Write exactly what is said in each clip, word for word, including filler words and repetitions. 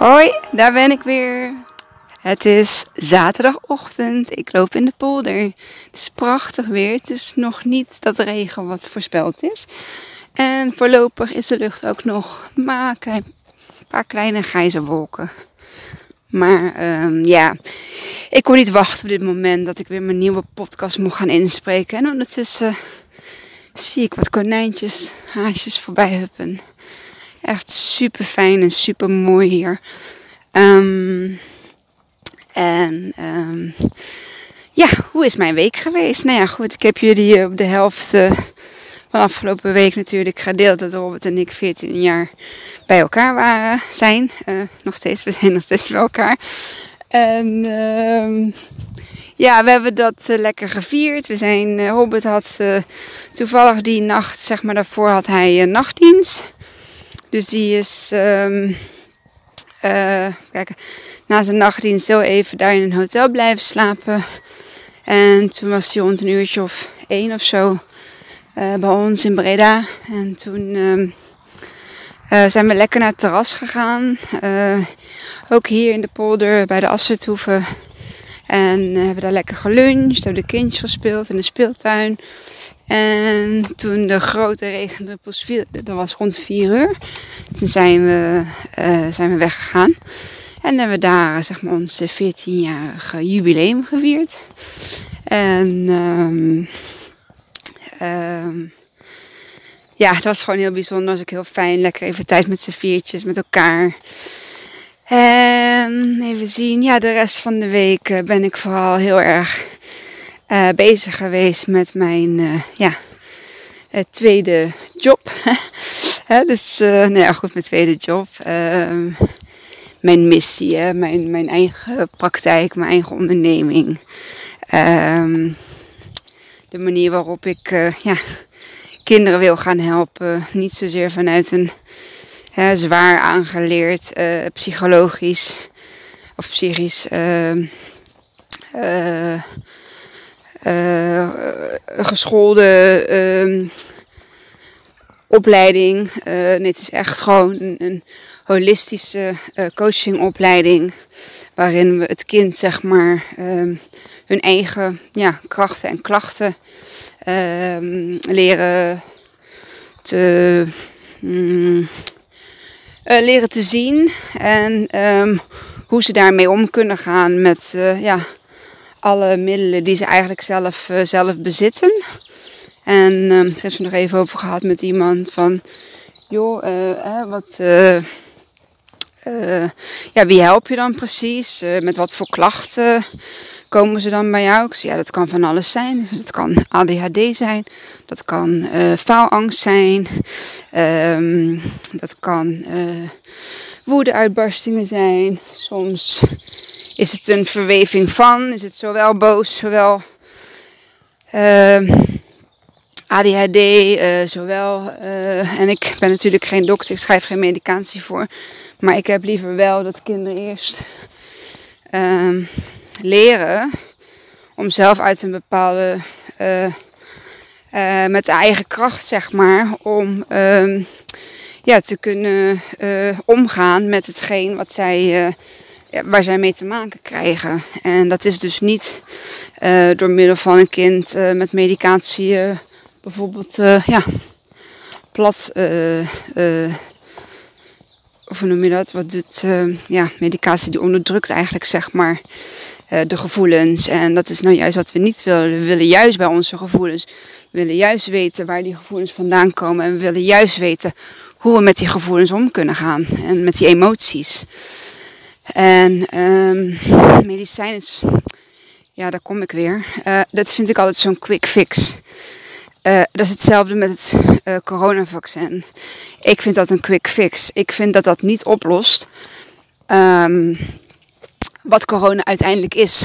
Hoi, daar ben ik weer. Het is zaterdagochtend. Ik loop in de polder. Het is prachtig weer. Het is nog niet dat regen wat voorspeld is. En voorlopig is de lucht ook nog maar een paar kleine grijze wolken. Maar um, ja, ik kon niet wachten op dit moment dat ik weer mijn nieuwe podcast mocht gaan inspreken. En ondertussen zie ik wat konijntjes, haasjes voorbij huppen. Echt super fijn en super mooi hier. Um, en um, ja, hoe is mijn week geweest? Nou ja, goed, ik heb jullie op de helft uh, van afgelopen week natuurlijk gedeeld dat Robert en ik veertien jaar bij elkaar waren, zijn. Uh, nog steeds, we zijn nog steeds bij elkaar. En um, ja, we hebben dat uh, lekker gevierd. We zijn, uh, Robert had uh, toevallig die nacht, zeg maar daarvoor had hij uh, nachtdienst. Dus die is, um, uh, kijk, na zijn nachtdienst heel even daar in een hotel blijven slapen. En toen was hij rond een uurtje of één of zo uh, bij ons in Breda. En toen um, uh, zijn we lekker naar het terras gegaan. Uh, ook hier in de polder bij de Asserthoeve. En uh, hebben daar lekker geluncht, hebben de kindjes gespeeld in de speeltuin. En toen de grote regendruppels viel, dat was rond vier uur. Toen zijn we, uh, zijn we weggegaan. En hebben we daar zeg maar ons veertienjarige jubileum gevierd. En um, um, ja, dat was gewoon heel bijzonder. Dat was ook heel fijn. Lekker even tijd met z'n viertjes, met elkaar. En even zien, ja, de rest van de week uh, ben ik vooral heel erg uh, bezig geweest met mijn uh, ja, uh, tweede job. He, dus, uh, nou ja, goed, mijn tweede job. Uh, mijn missie, hè, mijn, mijn eigen praktijk, mijn eigen onderneming. Uh, de manier waarop ik uh, ja, kinderen wil gaan helpen. Niet zozeer vanuit een uh, zwaar aangeleerd, uh, psychologisch of psychisch uh, uh, uh, geschoolde uh, opleiding. Uh, nee, het is echt gewoon een, een holistische uh, coachingopleiding. Waarin we het kind, zeg maar, uh, hun eigen ja, krachten en klachten uh, leren te, um, uh, leren te zien. En um, hoe ze daarmee om kunnen gaan met uh, ja, alle middelen die ze eigenlijk zelf, uh, zelf bezitten. En uh, daar hebben we nog even over gehad met iemand van, joh, uh, uh, wat, uh, uh, ja, wie help je dan precies? Uh, met wat voor klachten komen ze dan bij jou? Ik zei, ja, dat kan van alles zijn. Dat kan A D H D zijn, dat kan uh, faalangst zijn, um, dat kan uh, woedeuitbarstingen zijn. Soms is het een verweving van, is het zowel boos, zowel Uh, A D H D, uh, zowel, uh, en ik ben natuurlijk geen dokter, ik schrijf geen medicatie voor. Maar ik heb liever wel dat kinderen eerst uh, leren om zelf uit een bepaalde, uh, uh, met de eigen kracht zeg maar, om uh, ja, te kunnen uh, omgaan met hetgeen wat zij, uh, ja, waar zij mee te maken krijgen. En dat is dus niet uh, door middel van een kind uh, met medicatie Uh, bijvoorbeeld, uh, ja, plat, uh, uh, of hoe noem je dat? Wat doet, uh, ja, medicatie die onderdrukt eigenlijk, zeg maar, uh, de gevoelens. En dat is nou juist wat we niet willen. We willen juist bij onze gevoelens, we willen juist weten waar die gevoelens vandaan komen. En we willen juist weten hoe we met die gevoelens om kunnen gaan. En met die emoties. En um, medicijn is, ja, daar kom ik weer. Uh, dat vind ik altijd zo'n quick fix. Uh, dat is hetzelfde met het uh, coronavaccin. Ik vind dat een quick fix. Ik vind dat dat niet oplost um, wat corona uiteindelijk is.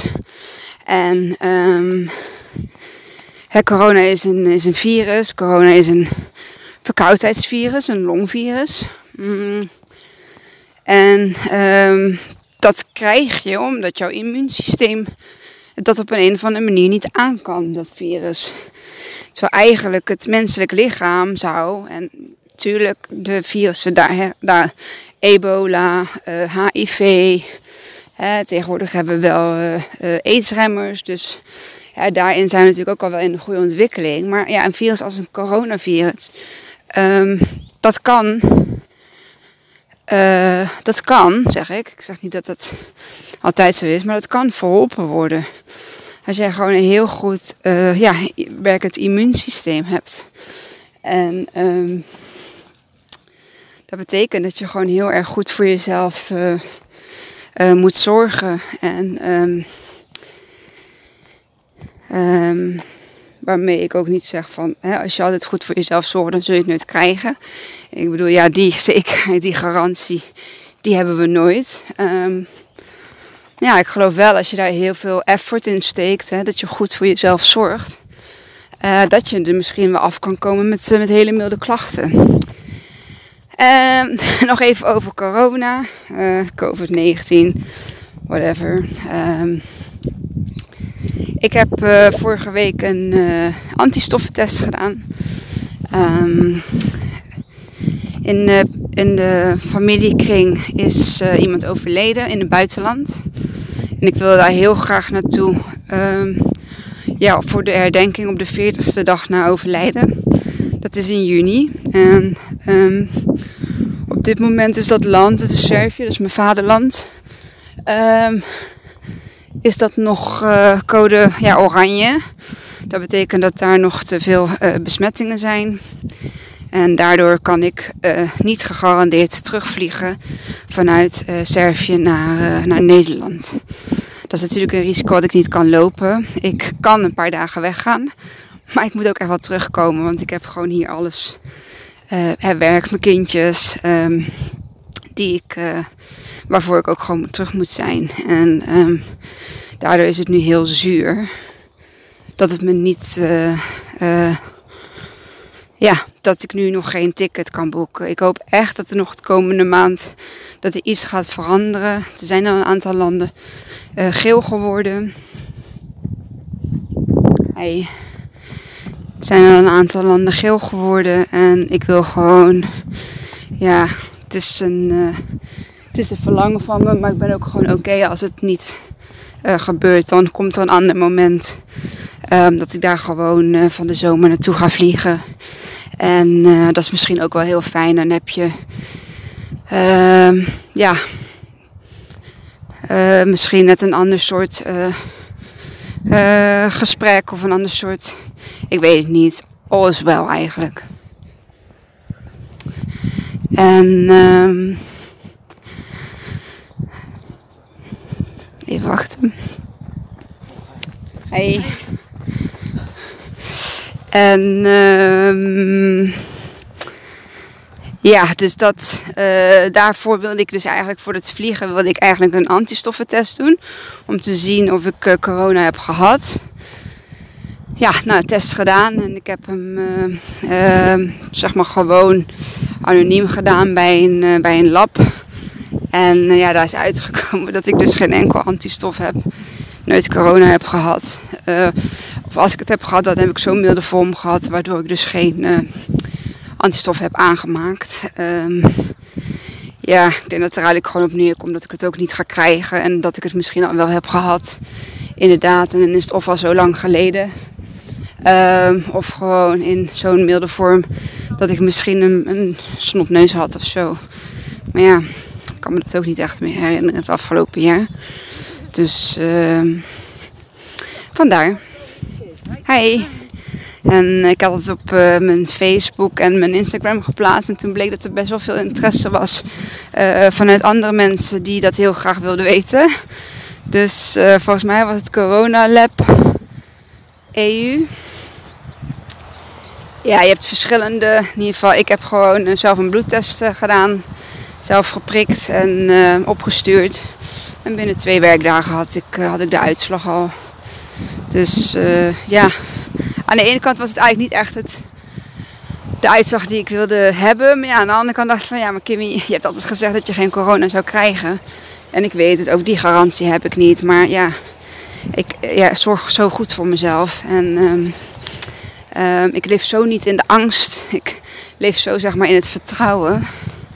En um, hè, corona is een, is een virus. Corona is een verkoudheidsvirus, een longvirus. Mm. En um, dat krijg je omdat jouw immuunsysteem dat op een of andere manier niet aan kan, dat virus. Terwijl eigenlijk het menselijk lichaam zou, en tuurlijk, de virussen daar, hè, daar ebola, uh, H I V. Hè, tegenwoordig hebben we wel uh, uh, aidsremmers. Dus ja, daarin zijn we natuurlijk ook al wel in een goede ontwikkeling. Maar ja, een virus als een coronavirus, um, dat kan... Uh, dat kan, zeg ik. Ik zeg niet dat dat altijd zo is, maar dat kan verholpen worden. Als jij gewoon een heel goed uh, ja, werkend immuunsysteem hebt. En um, dat betekent dat je gewoon heel erg goed voor jezelf uh, uh, moet zorgen. En um, um, waarmee ik ook niet zeg van, hè, als je altijd goed voor jezelf zorgt, dan zul je het nooit krijgen. Ik bedoel, ja, die zekerheid, die garantie, die hebben we nooit. Um, ja, ik geloof wel, als je daar heel veel effort in steekt, hè, dat je goed voor jezelf zorgt, uh, dat je er misschien wel af kan komen met, uh, met hele milde klachten. Um, nog even over corona, uh, covid negentien, whatever. Um, ik heb uh, vorige week een uh, antistoffentest gedaan. Um, in, uh, in de familiekring is uh, iemand overleden in het buitenland. En ik wilde daar heel graag naartoe. Um, ja, voor de herdenking op de veertigste dag na overlijden. Dat is in juni. En um, op dit moment is dat land, het is Servië, dat is mijn vaderland. Um, is dat nog uh, code ja, oranje. Dat betekent dat daar nog te veel uh, besmettingen zijn. En daardoor kan ik uh, niet gegarandeerd terugvliegen vanuit uh, Servië naar, uh, naar Nederland. Dat is natuurlijk een risico dat ik niet kan lopen. Ik kan een paar dagen weggaan. Maar ik moet ook echt wel terugkomen. Want ik heb gewoon hier alles. Uh, het werk, mijn kindjes. Um, die ik, uh, waarvoor ik ook gewoon terug moet zijn. En um, daardoor is het nu heel zuur. Dat het me niet... Uh, uh, ja, dat ik nu nog geen ticket kan boeken. Ik hoop echt dat er nog de komende maand dat er iets gaat veranderen. Er zijn al een aantal landen uh, geel geworden. Hey. Er zijn al een aantal landen geel geworden. En ik wil gewoon... Ja, het is een, uh, het is een verlangen van me. Maar ik ben ook gewoon oké okay als het niet uh, gebeurt. Dan komt er een ander moment um, dat ik daar gewoon uh, van de zomer naartoe ga vliegen. En uh, dat is misschien ook wel heel fijn. Dan heb je uh, ja, uh, misschien net een ander soort uh, uh, gesprek of een ander soort, ik weet het niet, all is wel eigenlijk. En uh, even wachten. Hey. En uh, ja, dus dat, uh, daarvoor wilde ik dus eigenlijk voor het vliegen wilde ik eigenlijk een antistoffentest doen. Om te zien of ik uh, corona heb gehad. Ja, nou, test gedaan en ik heb hem uh, uh, zeg maar gewoon anoniem gedaan bij een, uh, bij een lab. En uh, ja, daar is uitgekomen dat ik dus geen enkel antistof heb. Nooit corona heb gehad. Uh, of als ik het heb gehad, dan heb ik zo'n milde vorm gehad, waardoor ik dus geen uh, antistof heb aangemaakt. Um, ja, ik denk dat het er eigenlijk gewoon op neerkomt dat ik het ook niet ga krijgen. En dat ik het misschien al wel heb gehad. Inderdaad, en dan is het of al zo lang geleden. Um, of gewoon in zo'n milde vorm dat ik misschien een, een snotneus had of zo. Maar ja, ik kan me dat ook niet echt meer herinneren het afgelopen jaar. Dus uh, vandaar. Hi. En ik had het op uh, mijn Facebook en mijn Instagram geplaatst. En toen bleek dat er best wel veel interesse was uh, vanuit andere mensen die dat heel graag wilden weten. Dus uh, volgens mij was het Corona Lab E U. Ja, je hebt verschillende. In ieder geval, ik heb gewoon uh, zelf een bloedtest uh, gedaan. Zelf geprikt en uh, opgestuurd. En binnen twee werkdagen had ik, uh, had ik de uitslag al. Dus uh, ja, aan de ene kant was het eigenlijk niet echt het, de uitslag die ik wilde hebben. Maar ja, aan de andere kant dacht ik van ja, maar Kimmy, je hebt altijd gezegd dat je geen corona zou krijgen. En ik weet het, ook die garantie heb ik niet. Maar ja, ik ja, zorg zo goed voor mezelf. En um, um, ik leef zo niet in de angst. Ik leef zo zeg maar in het vertrouwen.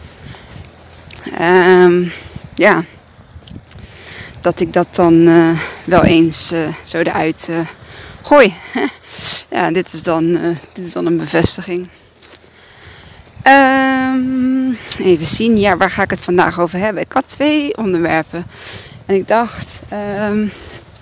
Um, ja. Dat ik dat dan uh, wel eens uh, zo eruit uh, gooi. Ja, dit is, dan, uh, dit is dan een bevestiging. Um, even zien, ja, waar ga ik het vandaag over hebben? Ik had twee onderwerpen. En ik dacht... Um,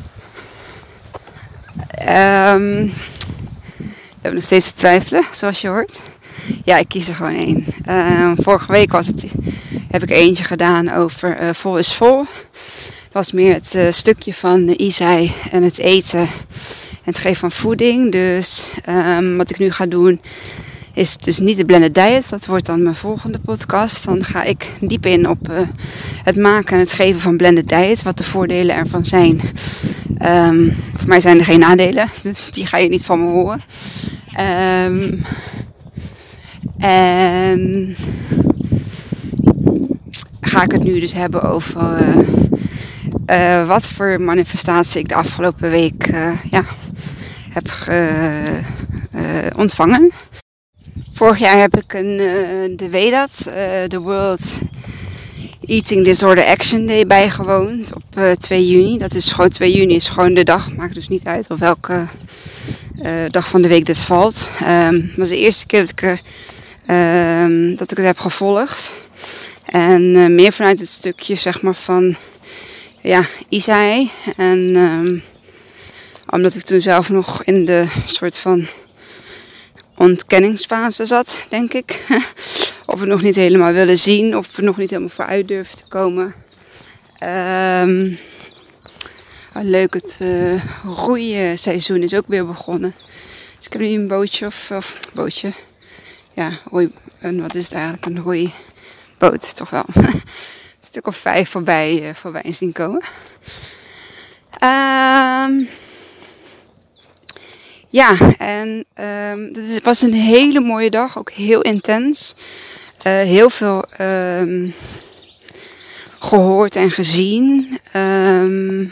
um, ik heb nog steeds te twijfelen, zoals je hoort. Ja, ik kies er gewoon één. Uh, vorige week was het, heb ik er eentje gedaan over uh, vol is vol. Dat was meer het uh, stukje van uh, Isai en het eten en het geven van voeding. Dus um, wat ik nu ga doen is dus niet de blended diet. Dat wordt dan mijn volgende podcast. Dan ga ik diep in op uh, het maken en het geven van blended diet. Wat de voordelen ervan zijn. Um, voor mij zijn er geen nadelen. Dus die ga je niet van me horen. Um, en ga ik het nu dus hebben over uh, uh, wat voor manifestatie ik de afgelopen week uh, ja, heb ge, uh, ontvangen. Vorig jaar heb ik een, uh, de W E D A T, uh, de World Eating Disorder Action Day, bijgewoond op uh, twee juni. Dat is gewoon twee juni is gewoon de dag, maakt dus niet uit op welke uh, dag van de week dit valt. Um, dat was de eerste keer dat ik, uh, um, dat ik het heb gevolgd. En uh, meer vanuit het stukje zeg maar van ja, Isai. En um, omdat ik toen zelf nog in de soort van ontkenningsfase zat, denk ik. Of we nog niet helemaal willen zien. Of we nog niet helemaal vooruit durven te komen. Um, oh, leuk, het uh, roeiseizoen is ook weer begonnen. Dus ik heb nu een bootje of, of bootje. Ja, roei, een, wat is het eigenlijk? Een roeiboot, toch wel. Een stuk of vijf voorbij, uh, voorbij zien komen. Um, Ja, en um, het was een hele mooie dag, ook heel intens. Uh, heel veel um, gehoord en gezien. Um,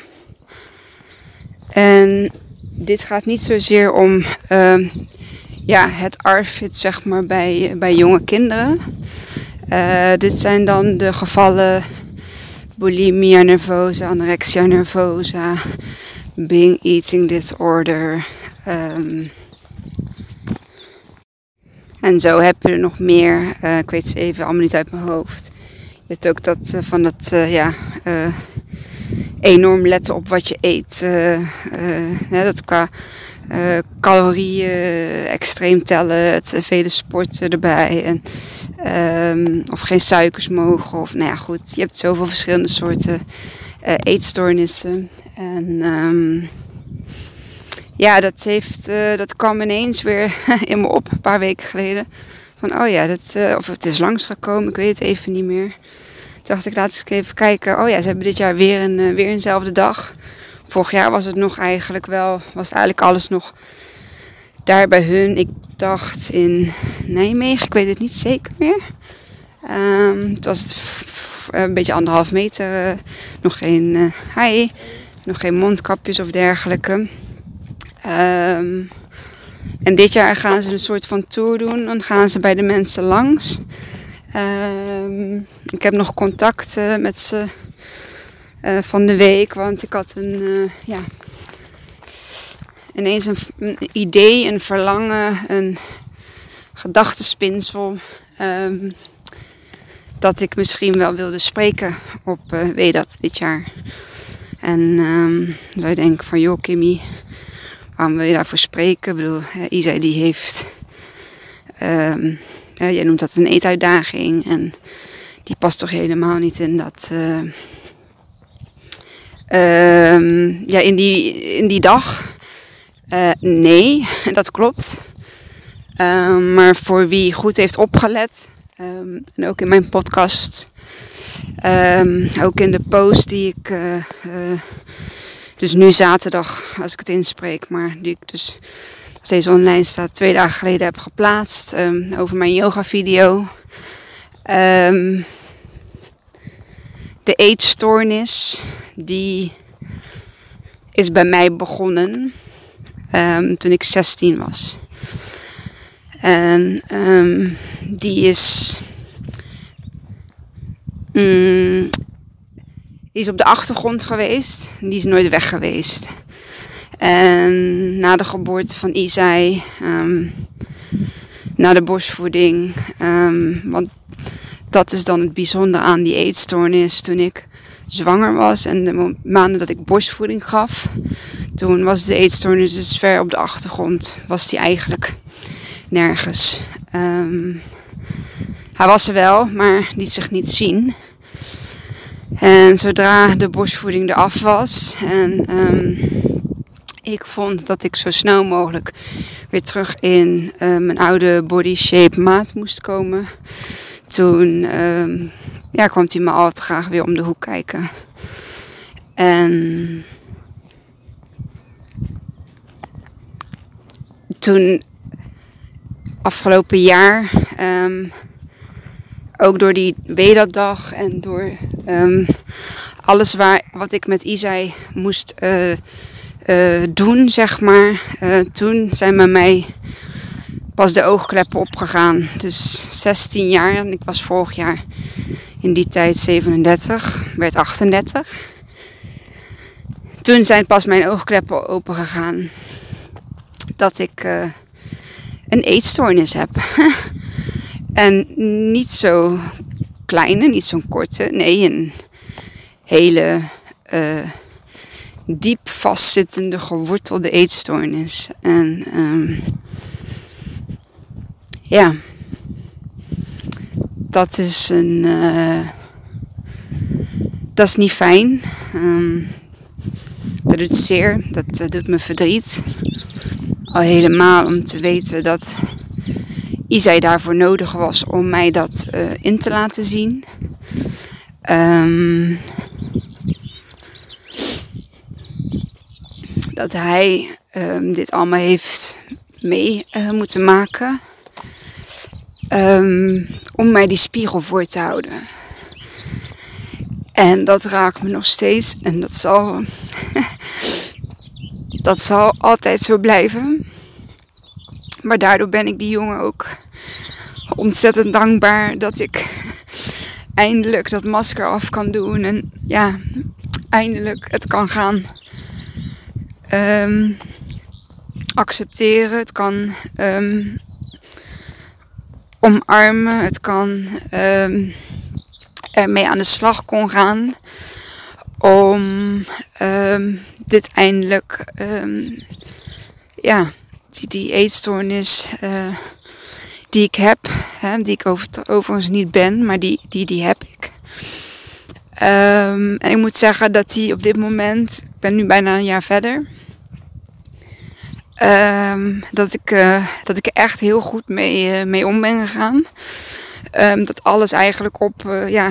en dit gaat niet zozeer om um, ja, het A R F I D zeg maar, bij, bij jonge kinderen. Uh, dit zijn dan de gevallen bulimia nervosa, anorexia nervosa, binge eating disorder. Um, en zo heb je er nog meer. Uh, ik weet ze even allemaal niet uit mijn hoofd. Je hebt ook dat uh, van dat uh, ja, uh, enorm letten op wat je eet. Uh, uh, ja, dat qua uh, calorieën uh, extreem tellen. Het uh, vele sporten erbij. En, um, of geen suikers mogen. Of, nou ja, goed. Je hebt zoveel verschillende soorten uh, eetstoornissen. En... Um, Ja, dat, heeft, uh, dat kwam ineens weer in me op, een paar weken geleden. Van, oh ja, dat, uh, of het is langsgekomen, ik weet het even niet meer. Toen dacht ik, laat eens even kijken. Oh ja, ze hebben dit jaar weer, een, uh, weer eenzelfde dag. Vorig jaar was het nog eigenlijk wel, was eigenlijk alles nog daar bij hun. Ik dacht in Nijmegen, ik weet het niet zeker meer. Um, het was het f- f- een beetje anderhalf meter, uh, nog geen uh, hi, nog geen mondkapjes of dergelijke. Um, en dit jaar gaan ze een soort van tour doen. Dan gaan ze bij de mensen langs. Um, ik heb nog contact uh, met ze uh, van de week. Want ik had een, uh, ja, ineens een, een idee, een verlangen, een gedachtenspinsel. Um, dat ik misschien wel wilde spreken op uh, W E D A T dit jaar. En um, dan zou je denken van, joh Kimmy, waarom wil je daarvoor spreken? Ik bedoel, Isai die heeft, um, ja, jij noemt dat een eetuitdaging. En die past toch helemaal niet in dat, uh, um, ja, in die, in die dag. Uh, nee, dat klopt. Um, maar voor wie goed heeft opgelet, um, en ook in mijn podcast, um, ook in de post die ik... Uh, uh, Dus nu zaterdag, als ik het inspreek, maar die ik dus, als deze online staat, twee dagen geleden heb geplaatst. Um, over mijn yoga video. Um, de eetstoornis, die is bij mij begonnen um, toen ik zestien was. En um, die is... Mm, die is op de achtergrond geweest. Die is nooit weg geweest. En na de geboorte van Isai... Um, na de borstvoeding... Um, want dat is dan het bijzondere aan die eetstoornis. Toen ik zwanger was en de maanden dat ik borstvoeding gaf... toen was de eetstoornis dus ver op de achtergrond. Was die eigenlijk nergens. Um, hij was er wel, maar liet zich niet zien. En zodra de borstvoeding eraf was... en um, ik vond dat ik zo snel mogelijk weer terug in uh, mijn oude body shape maat moest komen... toen um, ja, kwam hij me al te graag weer om de hoek kijken. En toen, afgelopen jaar, um, ook door die Wedat-dag en door um, alles waar, wat ik met Isai moest uh, uh, doen, zeg maar. Uh, toen zijn bij mij pas de oogkleppen opgegaan. Dus zestien jaar en ik was vorig jaar in die tijd zevenendertig, werd achtendertig. Toen zijn pas mijn oogkleppen open gegaan dat ik uh, een eetstoornis heb. En niet zo kleine, niet zo'n korte, nee, een hele uh, diep vastzittende, gewortelde eetstoornis. En um, ja, dat is een, uh, dat is niet fijn. Um, dat doet zeer, dat uh, doet me verdriet. Al helemaal om te weten dat Isai daarvoor nodig was om mij dat uh, in te laten zien. Um, dat hij um, dit allemaal heeft mee uh, moeten maken. Um, om mij die spiegel voor te houden. En dat raakt me nog steeds. En dat zal... dat zal altijd zo blijven. Maar daardoor ben ik die jongen ook ontzettend dankbaar dat ik eindelijk dat masker af kan doen. En ja, eindelijk het kan gaan um, accepteren. Het kan um, omarmen. Het kan um, ermee aan de slag kon gaan. Om um, dit eindelijk... Um, ja... Die, die eetstoornis uh, die ik heb, hè, die ik over, overigens niet ben, maar die, die, die heb ik. Um, en ik moet zeggen dat die op dit moment, ik ben nu bijna een jaar verder, um, dat, ik, uh, dat ik er echt heel goed mee, uh, mee om ben gegaan. Um, dat alles eigenlijk op, uh, ja,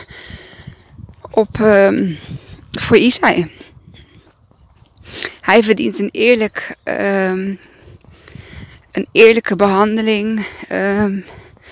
op, um, voor Isai. Hij verdient een eerlijk... Um, Een eerlijke behandeling. Um,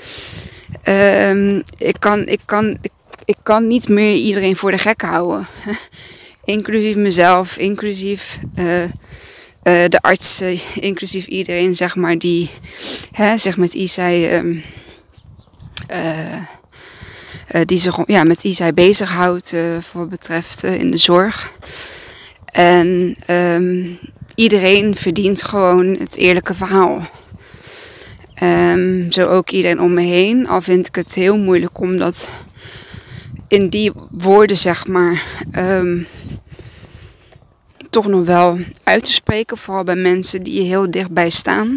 um, ik, kan, ik, kan, ik, ik kan niet meer iedereen voor de gek houden. Inclusief mezelf, inclusief uh, uh, de artsen, inclusief iedereen zeg maar die hè, zich met Isai, um, uh, uh, die zich ja, met Isai bezighoudt uh, voor wat betreft uh, in de zorg. En um, iedereen verdient gewoon het eerlijke verhaal. Um, zo ook iedereen om me heen. Al vind ik het heel moeilijk om dat in die woorden, zeg maar, um, toch nog wel uit te spreken. Vooral bij mensen die je heel dichtbij staan.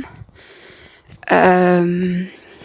Um,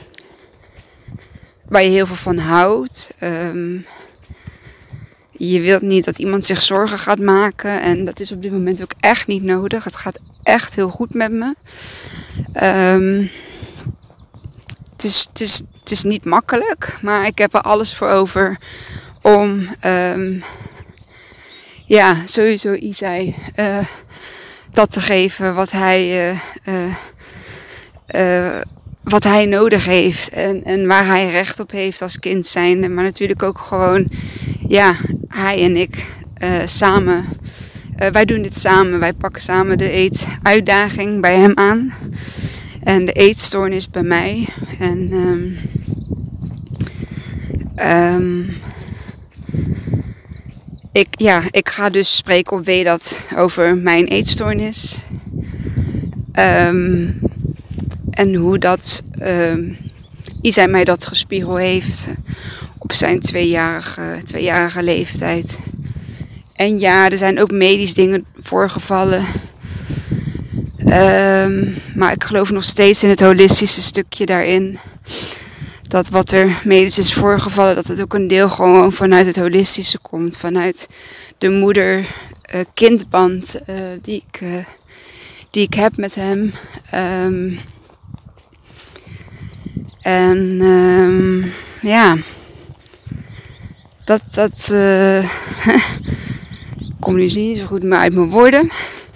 waar je heel veel van houdt. Um, Je wilt niet dat iemand zich zorgen gaat maken. En dat is op dit moment ook echt niet nodig. Het gaat echt heel goed met me. Um, het, is, het, is, het is niet makkelijk. Maar ik heb er alles voor over. Om um, ja, sowieso Isai uh, dat te geven wat hij, uh, uh, uh, wat hij nodig heeft. En, en waar hij recht op heeft als kind zijnde. Maar natuurlijk ook gewoon... Ja, hij en ik uh, samen, uh, wij doen dit samen. Wij pakken samen de eetuitdaging bij hem aan. En de eetstoornis bij mij. En um, um, ik, ja, ik ga dus spreken op Wedat over mijn eetstoornis. Um, en hoe dat um, Isai mij dat gespiegeld heeft op zijn tweejarige, tweejarige leeftijd. En ja, er zijn ook medisch dingen voorgevallen. Um, maar ik geloof nog steeds in het holistische stukje daarin. Dat wat er medisch is voorgevallen, dat het ook een deel gewoon vanuit het holistische komt. Vanuit de moeder-kindband uh, uh, die, ik, uh, die ik heb met hem. Um, en um, ja, dat, dat uh, ik kom nu niet zo goed meer uit mijn woorden.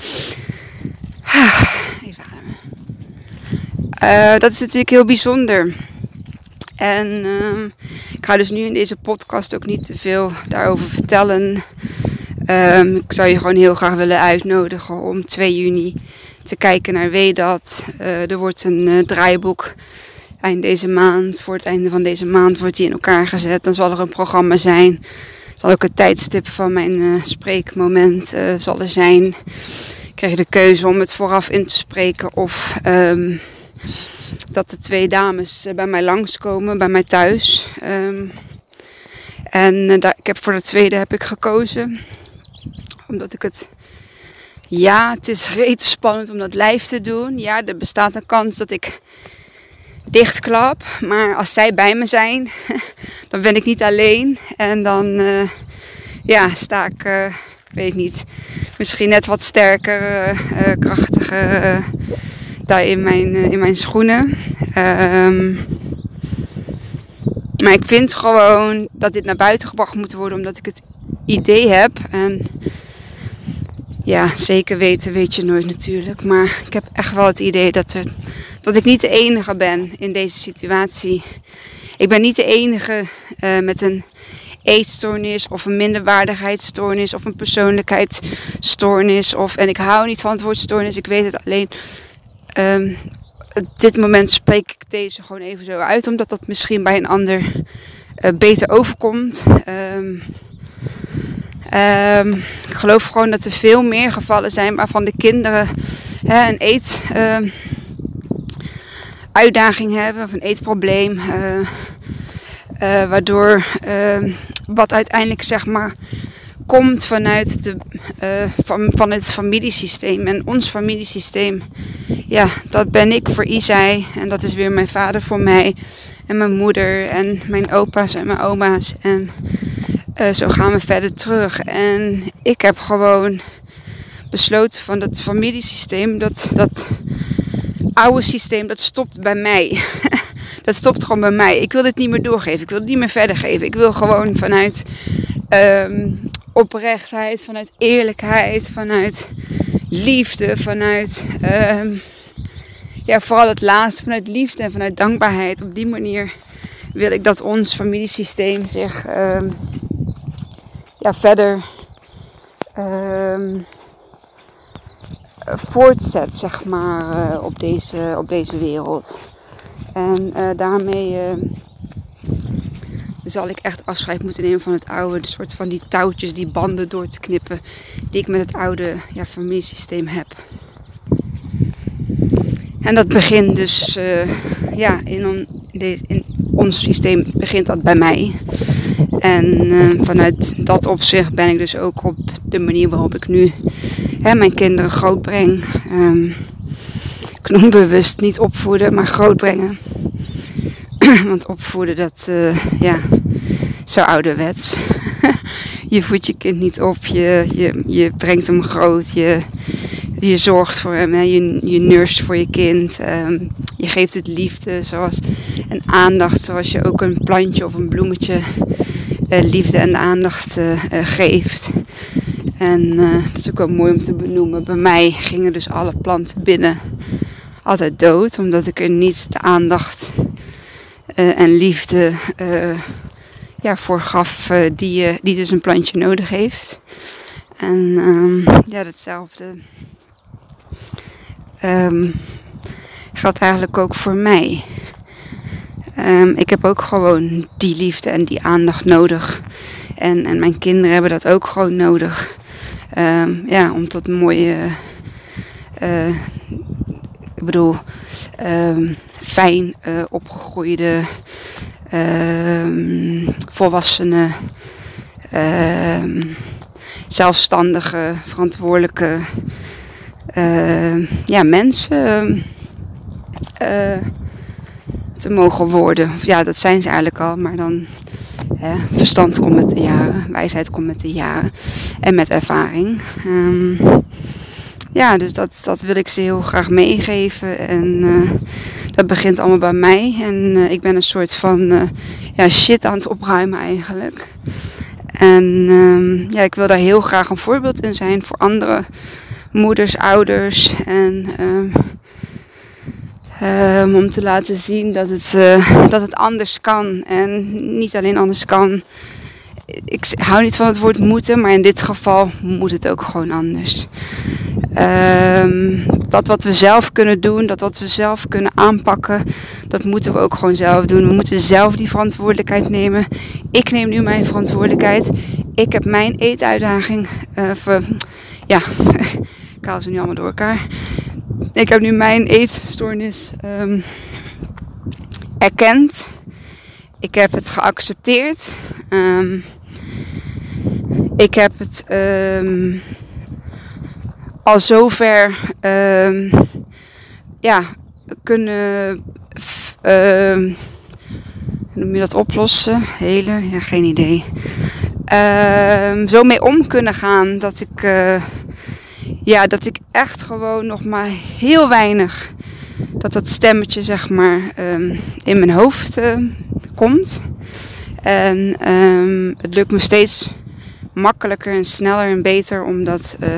Even ademen. Uh, dat is natuurlijk heel bijzonder. En uh, ik ga dus nu in deze podcast ook niet te veel daarover vertellen. Um, ik zou je gewoon heel graag willen uitnodigen om twee juni te kijken naar Wedat. Uh, er wordt een uh, draaiboek eind deze maand. Voor het einde van deze maand wordt die in elkaar gezet. Dan zal er een programma zijn. Zal ook het tijdstip van mijn uh, spreekmoment uh, zal er zijn. Ik kreeg de keuze om het vooraf in te spreken of um, dat de twee dames uh, bij mij langskomen, bij mij thuis. Um, en uh, daar, ik heb voor de tweede heb ik gekozen. Omdat ik het... Ja, het is rete spannend om dat live te doen. Ja, er bestaat een kans dat ik dichtklap. Maar als zij bij me zijn, dan ben ik niet alleen. En dan uh, ja, sta ik, uh, weet niet, misschien net wat sterker, uh, uh, krachtiger uh, daar in mijn, uh, in mijn schoenen. Um, maar ik vind gewoon dat dit naar buiten gebracht moet worden, omdat ik het idee heb. En ja, zeker weten weet je nooit natuurlijk. Maar ik heb echt wel het idee dat, er, dat ik niet de enige ben in deze situatie. Ik ben niet de enige uh, met een eetstoornis of een minderwaardigheidsstoornis of een persoonlijkheidsstoornis. Of, en ik hou niet van het woord stoornis, ik weet het alleen. Um, op dit moment spreek ik deze gewoon even zo uit, omdat dat misschien bij een ander uh, beter overkomt. Um, Um, ik geloof gewoon dat er veel meer gevallen zijn waarvan de kinderen hè, een eet uh, uitdaging hebben of een eetprobleem. Uh, uh, waardoor uh, wat uiteindelijk zeg maar komt vanuit de, uh, van, van het familiesysteem. En ons familiesysteem, ja, dat ben ik voor Isai. En dat is weer mijn vader voor mij. En mijn moeder en mijn opa's en mijn oma's. En Uh, zo gaan we verder terug. En ik heb gewoon besloten van dat familiesysteem, dat, dat oude systeem, dat stopt bij mij. Dat stopt gewoon bij mij. Ik wil dit niet meer doorgeven. Ik wil het niet meer verder geven. Ik wil gewoon vanuit um, oprechtheid, vanuit eerlijkheid, vanuit liefde, vanuit um, ja, vooral het laatste, vanuit liefde en vanuit dankbaarheid. Op die manier wil ik dat ons familiesysteem zich um, ja, verder um, voortzet, zeg maar, uh, op, deze, op deze wereld. En uh, daarmee uh, zal ik echt afscheid moeten nemen van het oude. Een soort van die touwtjes, die banden door te knippen die ik met het oude ja, familiesysteem heb. En dat begint dus, uh, ja, in, on, de, in ons systeem begint dat bij mij. En uh, vanuit dat opzicht ben ik dus ook op de manier waarop ik nu hè, mijn kinderen grootbreng. Um, ik noem bewust niet opvoeden, maar grootbrengen. Want opvoeden, dat uh, ja, zo ouderwets. Je voedt je kind niet op, je, je, je brengt hem groot, je, je zorgt voor hem, hè, je, je nurst voor je kind. Um, je geeft het liefde zoals, en aandacht, zoals je ook een plantje of een bloemetje uh, liefde en aandacht uh, uh, geeft. En uh, dat is ook wel mooi om te benoemen. Bij mij gingen dus alle planten binnen altijd dood, omdat ik er niet de aandacht uh, en liefde uh, ja, voor gaf uh, die, uh, die dus een plantje nodig heeft. En um, ja, datzelfde um, geldt eigenlijk ook voor mij. Um, ik heb ook gewoon die liefde en die aandacht nodig. En, en mijn kinderen hebben dat ook gewoon nodig. Um, ja, om tot mooie, uh, ik bedoel, um, fijn uh, opgegroeide, um, volwassenen, um, zelfstandige, verantwoordelijke uh, ja, mensen uh, te mogen worden. Ja, dat zijn ze eigenlijk al, maar dan hè, verstand komt met de jaren, wijsheid komt met de jaren en met ervaring. Um, ja, dus dat, dat wil ik ze heel graag meegeven en uh, dat begint allemaal bij mij en uh, ik ben een soort van uh, ja, shit aan het opruimen eigenlijk. En um, ja, ik wil daar heel graag een voorbeeld in zijn voor andere moeders, ouders en um, um, om te laten zien dat het, uh, dat het anders kan en niet alleen anders kan. Ik hou niet van het woord moeten, maar in dit geval moet het ook gewoon anders. Um, dat wat we zelf kunnen doen, dat wat we zelf kunnen aanpakken, dat moeten we ook gewoon zelf doen. We moeten zelf die verantwoordelijkheid nemen. Ik neem nu mijn verantwoordelijkheid. Ik heb mijn eetuitdaging. Uh, ver, ja, ik haal ze nu allemaal door elkaar. Ik heb nu mijn eetstoornis um, erkend. Ik heb het geaccepteerd. Um, ik heb het um, al zover um, ja, kunnen uh, hoe noem je dat, oplossen. Hele, ja, geen idee. Uh, zo mee om kunnen gaan dat ik, uh, ja, dat ik echt gewoon nog maar heel weinig, dat dat stemmetje zeg maar um, in mijn hoofd uh, komt. En um, het lukt me steeds makkelijker en sneller en beter om dat, uh,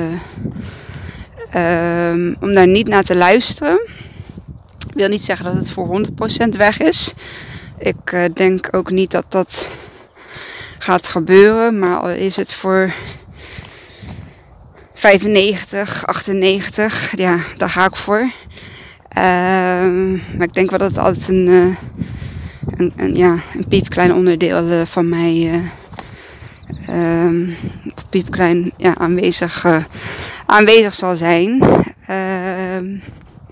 um, om daar niet naar te luisteren. Ik wil niet zeggen dat het voor honderd procent weg is. Ik uh, denk ook niet dat dat gaat gebeuren, maar al is het voor vijfennegentig, achtennegentig, ja, daar ga ik voor. Um, maar ik denk wel dat het altijd een, uh, een, een, ja, een piepklein onderdeel uh, van mij uh, um, piepklein ja, aanwezig, uh, aanwezig zal zijn. Um,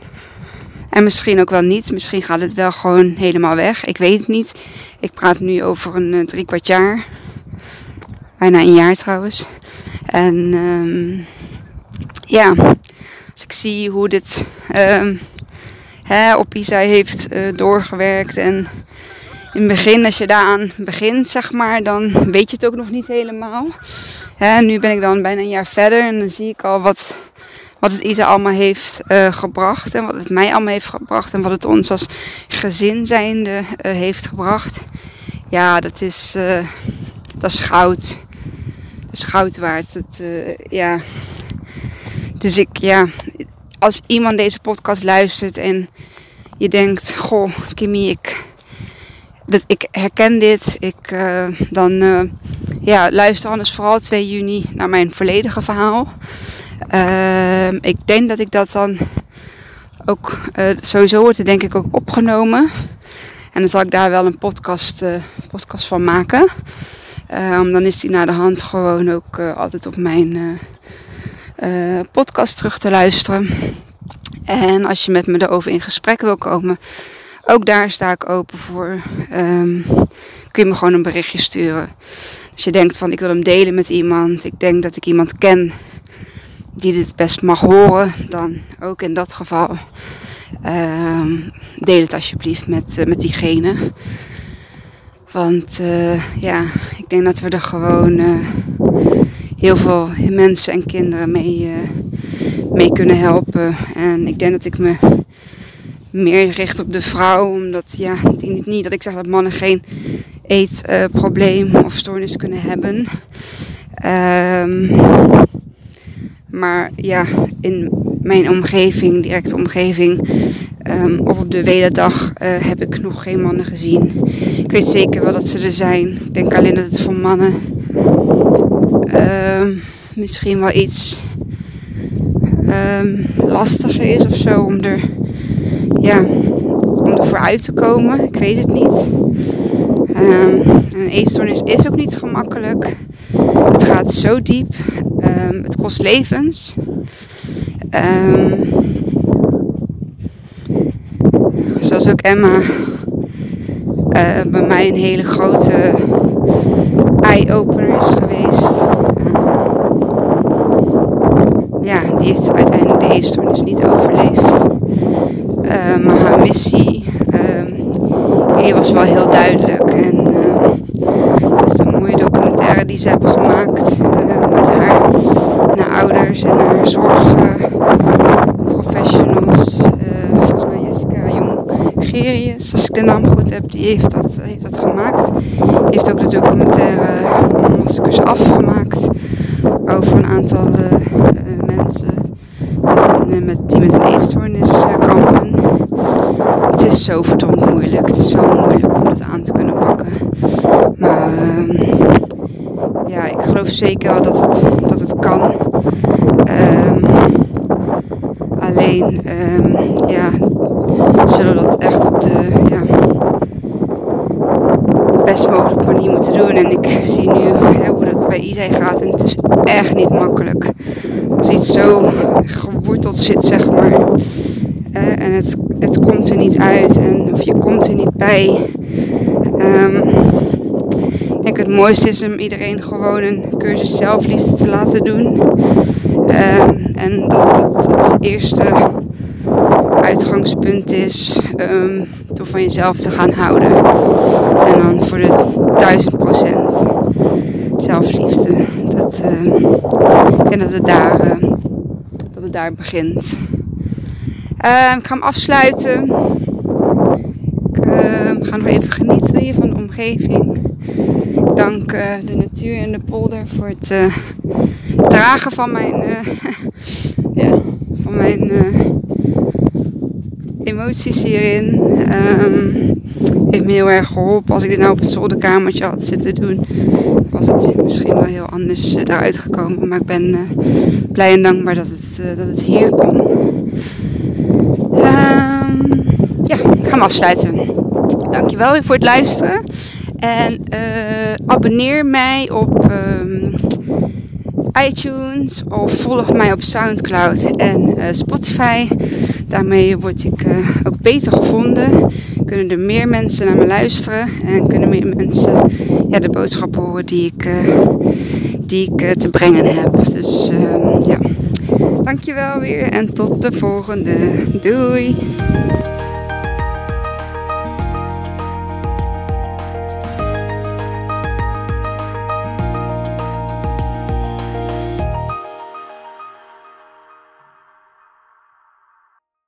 en misschien ook wel niet. Misschien gaat het wel gewoon helemaal weg. Ik weet het niet. Ik praat nu over een uh, drie kwart jaar. Bijna een jaar trouwens. En um, ja, als ik zie hoe dit um, hè, op Isa heeft uh, doorgewerkt. En in het begin, als je daaraan begint, zeg maar, dan weet je het ook nog niet helemaal. Hè, nu ben ik dan bijna een jaar verder en dan zie ik al wat, wat het Isa allemaal heeft uh, gebracht. En wat het mij allemaal heeft gebracht. En wat het ons als gezin zijnde uh, heeft gebracht. Ja, dat is, uh, dat is goud. Dat is goud waard. Dat, uh, ja. Dus ik, ja, als iemand deze podcast luistert en je denkt, goh, Kimmy, ik, dat, ik herken dit. Ik, uh, dan uh, ja, luister anders vooral twee juni naar mijn volledige verhaal. Uh, ik denk dat ik dat dan ook, uh, sowieso wordt het denk ik ook opgenomen. En dan zal ik daar wel een podcast, uh, podcast van maken. Um, dan is die naar de hand gewoon ook uh, altijd op mijn uh, uh, podcast terug te luisteren. En als je met me erover in gesprek wil komen, ook daar sta ik open voor. Um, kun je me gewoon een berichtje sturen. Als je denkt van ik wil hem delen met iemand. Ik denk dat ik iemand ken die dit best mag horen. Dan ook in dat geval. Um, deel het alsjeblieft met, uh, met diegene. Want uh, ja, ik denk dat we er gewoon uh, heel veel mensen en kinderen mee, uh, mee kunnen helpen. En ik denk dat ik me meer richt op de vrouw. Omdat ja, ik denk niet dat ik zeg dat mannen geen eetprobleem uh, of stoornis kunnen hebben. Um, maar ja, in mijn omgeving, directe omgeving, um, of op de Welendag uh, heb ik nog geen mannen gezien. Ik weet zeker wel dat ze er zijn. Ik denk alleen dat het voor mannen um, misschien wel iets um, lastiger is of zo om er ja, om er vooruit te komen. Ik weet het niet. Um, een eetstoornis is ook niet gemakkelijk. Het gaat zo diep. Um, het kost levens. Um, zoals ook Emma uh, bij mij een hele grote eye-opener is geweest. Um, ja, die heeft uiteindelijk de eetstoornis niet overleefd. Uh, maar haar missie um, hier was wel heel duidelijk. En uh, dat is een mooie documentaire die ze hebben gemaakt uh, met haar en haar ouders en haar zorgprofessionals. Uh, volgens mij Jessica Jongerius, als ik de naam goed heb, die heeft dat, heeft dat gemaakt. Die heeft ook de documentaire Maskers afgemaakt over een aantal uh, uh, mensen met een, met, die met een eetstoornis uh, kampen. Het is zo verdomd moeilijk. Het is zo moeilijk om dat aan te kunnen pakken. Maar um, ja, ik geloof zeker wel dat het, dat het kan. Um, alleen, um, ja, zullen we dat echt op de ja, best mogelijke manier moeten doen. En ik zie nu hè, hoe dat bij Isai gaat. En het is echt niet makkelijk. Als iets zo geworteld zit, zeg maar. Uh, en het, het komt er niet uit. En, of je komt er niet bij. Um, ik denk het mooiste is om iedereen gewoon een cursus zelfliefde te laten doen. Um, en dat dat het eerste uitgangspunt is um, door van jezelf te gaan houden. En dan voor de duizend procent zelfliefde. Dat, uh, ik denk dat het daar, uh, dat het daar begint. Uh, ik ga hem afsluiten. Ik uh, ga nog even genieten hier van de omgeving. Ik dank uh, de natuur en de polder voor het uh, dragen van mijn, uh, ja, van mijn uh, emoties hierin. Um, heeft me heel erg geholpen. Als ik dit nou op het zolderkamertje had zitten doen, was het misschien wel heel anders uh, eruit gekomen. Maar ik ben uh, blij en dankbaar dat het, uh, dat het hier kon. Um, ja, ik ga hem afsluiten. Dankjewel weer voor het luisteren. En uh, abonneer mij op um, iTunes of volg mij op Soundcloud en uh, Spotify. Daarmee word ik uh, ook beter gevonden. Kunnen er meer mensen naar me luisteren. En kunnen meer mensen ja, de boodschappen horen die ik, uh, die ik uh, te brengen heb. Dus uh, ja, dankjewel weer en tot de volgende. Doei!